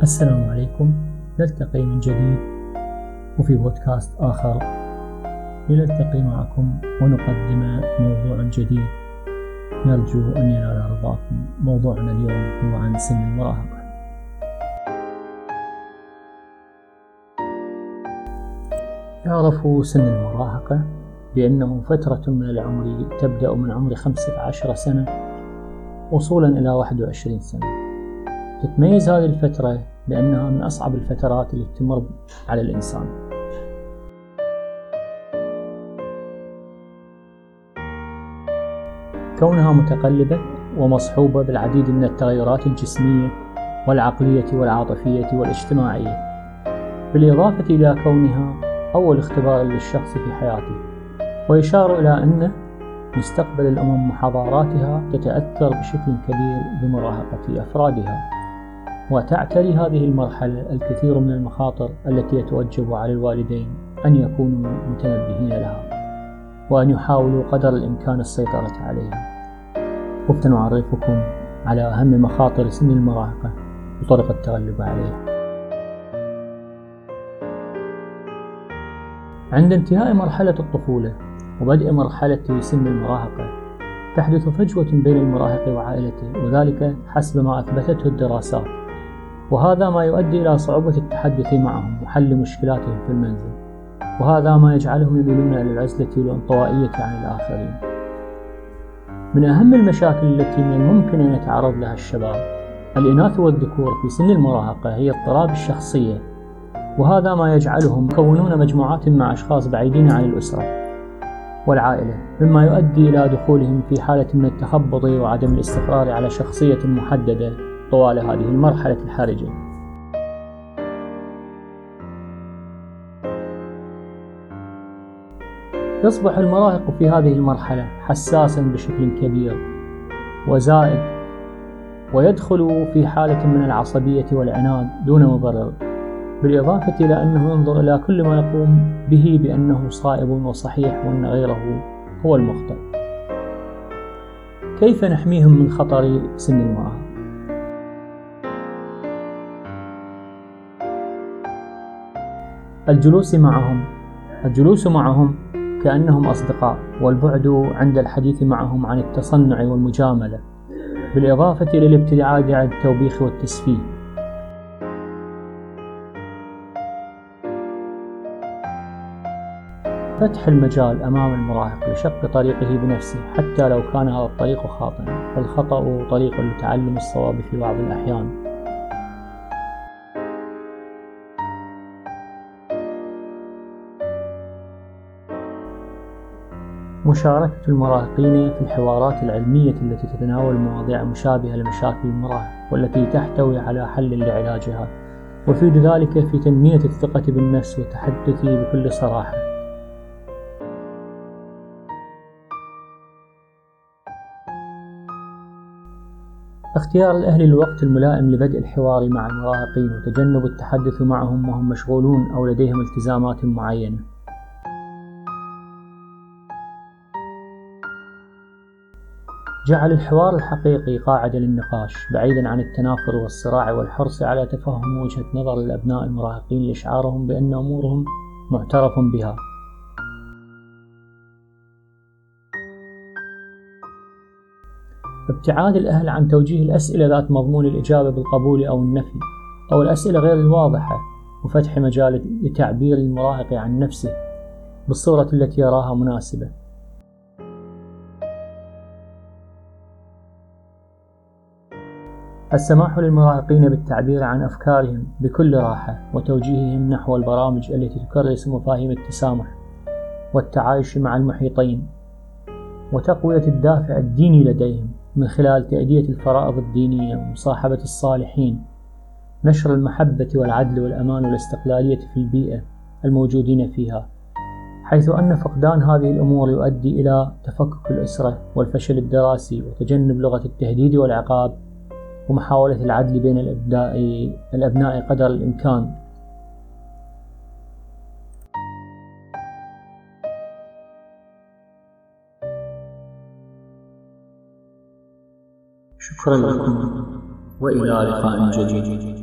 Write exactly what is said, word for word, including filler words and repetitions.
السلام عليكم، نلتقي من جديد وفي بودكاست آخر لنلتقي معكم ونقدم موضوع جديد نرجو أن ينال رضاكم. موضوعنا اليوم هو عن سن المراهقة. يعرف سن المراهقة بأنه فترة من العمر تبدأ من عمر خمسة عشر سنة وصولا إلى واحد وعشرين سنة. تتميز هذه الفترة بأنها من أصعب الفترات اللي تمر على الإنسان. كونها متقلبة ومصحوبة بالعديد من التغيرات الجسمية والعقلية والعاطفية والاجتماعية، بالإضافة إلى كونها أول اختبار للشخص في حياته. ويشار إلى أن مستقبل الأمم وحضاراتها تتأثر بشكل كبير بمراهقة أفرادها، وتعتري هذه المرحلة الكثير من المخاطر التي يتوجب على الوالدين أن يكونوا متنبهين لها وأن يحاولوا قدر الإمكان السيطرة عليها. وسنعرفكم على أهم مخاطر سن المراهقة وطرق التغلب عليها. عند انتهاء مرحلة الطفولة وبدء مرحلة سن المراهقة تحدث فجوة بين المراهق وعائلته، وذلك حسب ما أثبتته الدراسات، وهذا ما يؤدي إلى صعوبة التحدث معهم وحل مشكلاتهم في المنزل، وهذا ما يجعلهم يميلون إلى العزلة والانطوائية عن الآخرين. من أهم المشاكل التي من الممكن أن يتعرض لها الشباب الإناث والذكور في سن المراهقة هي اضطراب الشخصية، وهذا ما يجعلهم يكونون مجموعات مع أشخاص بعيدين عن الأسرة والعائلة، مما يؤدي إلى دخولهم في حالة من التخبط وعدم الاستقرار على شخصية محددة طوال هذه المرحلة الحرجة. يصبح المراهق في هذه المرحلة حساسا بشكل كبير وزائد، ويدخل في حالة من العصبية والعناد دون مبرر، بالإضافة إلى أنه ينظر إلى كل ما يقوم به بأنه صائب وصحيح وأن غيره هو المخطئ. كيف نحميهم من خطر سن المراهقة؟ الجلوس معهم الجلوس معهم كأنهم أصدقاء، والبعد عند الحديث معهم عن التصنع والمجاملة، بالإضافة إلى الابتعاد عن التوبيخ والتسفيه. فتح المجال أمام المراهق لشق طريقه بنفسه حتى لو كان هذا الطريق خاطئا، فالخطأ طريق لتعلم الصواب في بعض الأحيان. مشاركة المراهقين في الحوارات العلمية التي تتناول مواضيع مشابهة لمشاكل المراهق والتي تحتوي على حل لعلاجها، ويفيد ذلك في تنمية الثقة بالنفس والتحدث بكل صراحة. اختيار الأهل الوقت الملائم لبدء الحوار مع المراهقين وتجنب التحدث معهم وهم مشغولون أو لديهم التزامات معينة. جعل الحوار الحقيقي قاعدة للنقاش بعيدا عن التنافر والصراع، والحرص على تفهم وجهة نظر الأبناء المراهقين لإشعارهم بأن أمورهم معترف بها. ابتعاد الأهل عن توجيه الأسئلة ذات مضمون الإجابة بالقبول أو النفي أو الأسئلة غير الواضحة، وفتح مجال لتعبير المراهق عن نفسه بالصورة التي يراها مناسبة. السماح للمراهقين بالتعبير عن أفكارهم بكل راحة وتوجيههم نحو البرامج التي تكرس مفاهيم التسامح والتعايش مع المحيطين، وتقوية الدافع الديني لديهم من خلال تأدية الفرائض الدينية ومصاحبة الصالحين، نشر المحبة والعدل والأمان والاستقلالية في البيئة الموجودين فيها، حيث أن فقدان هذه الأمور يؤدي إلى تفكك الأسرة والفشل الدراسي وتجنب لغة التهديد والعقاب، ومحاولة العدل بين الأبناء قدر الإمكان. شكرا لكم وإلى لقاء جديد.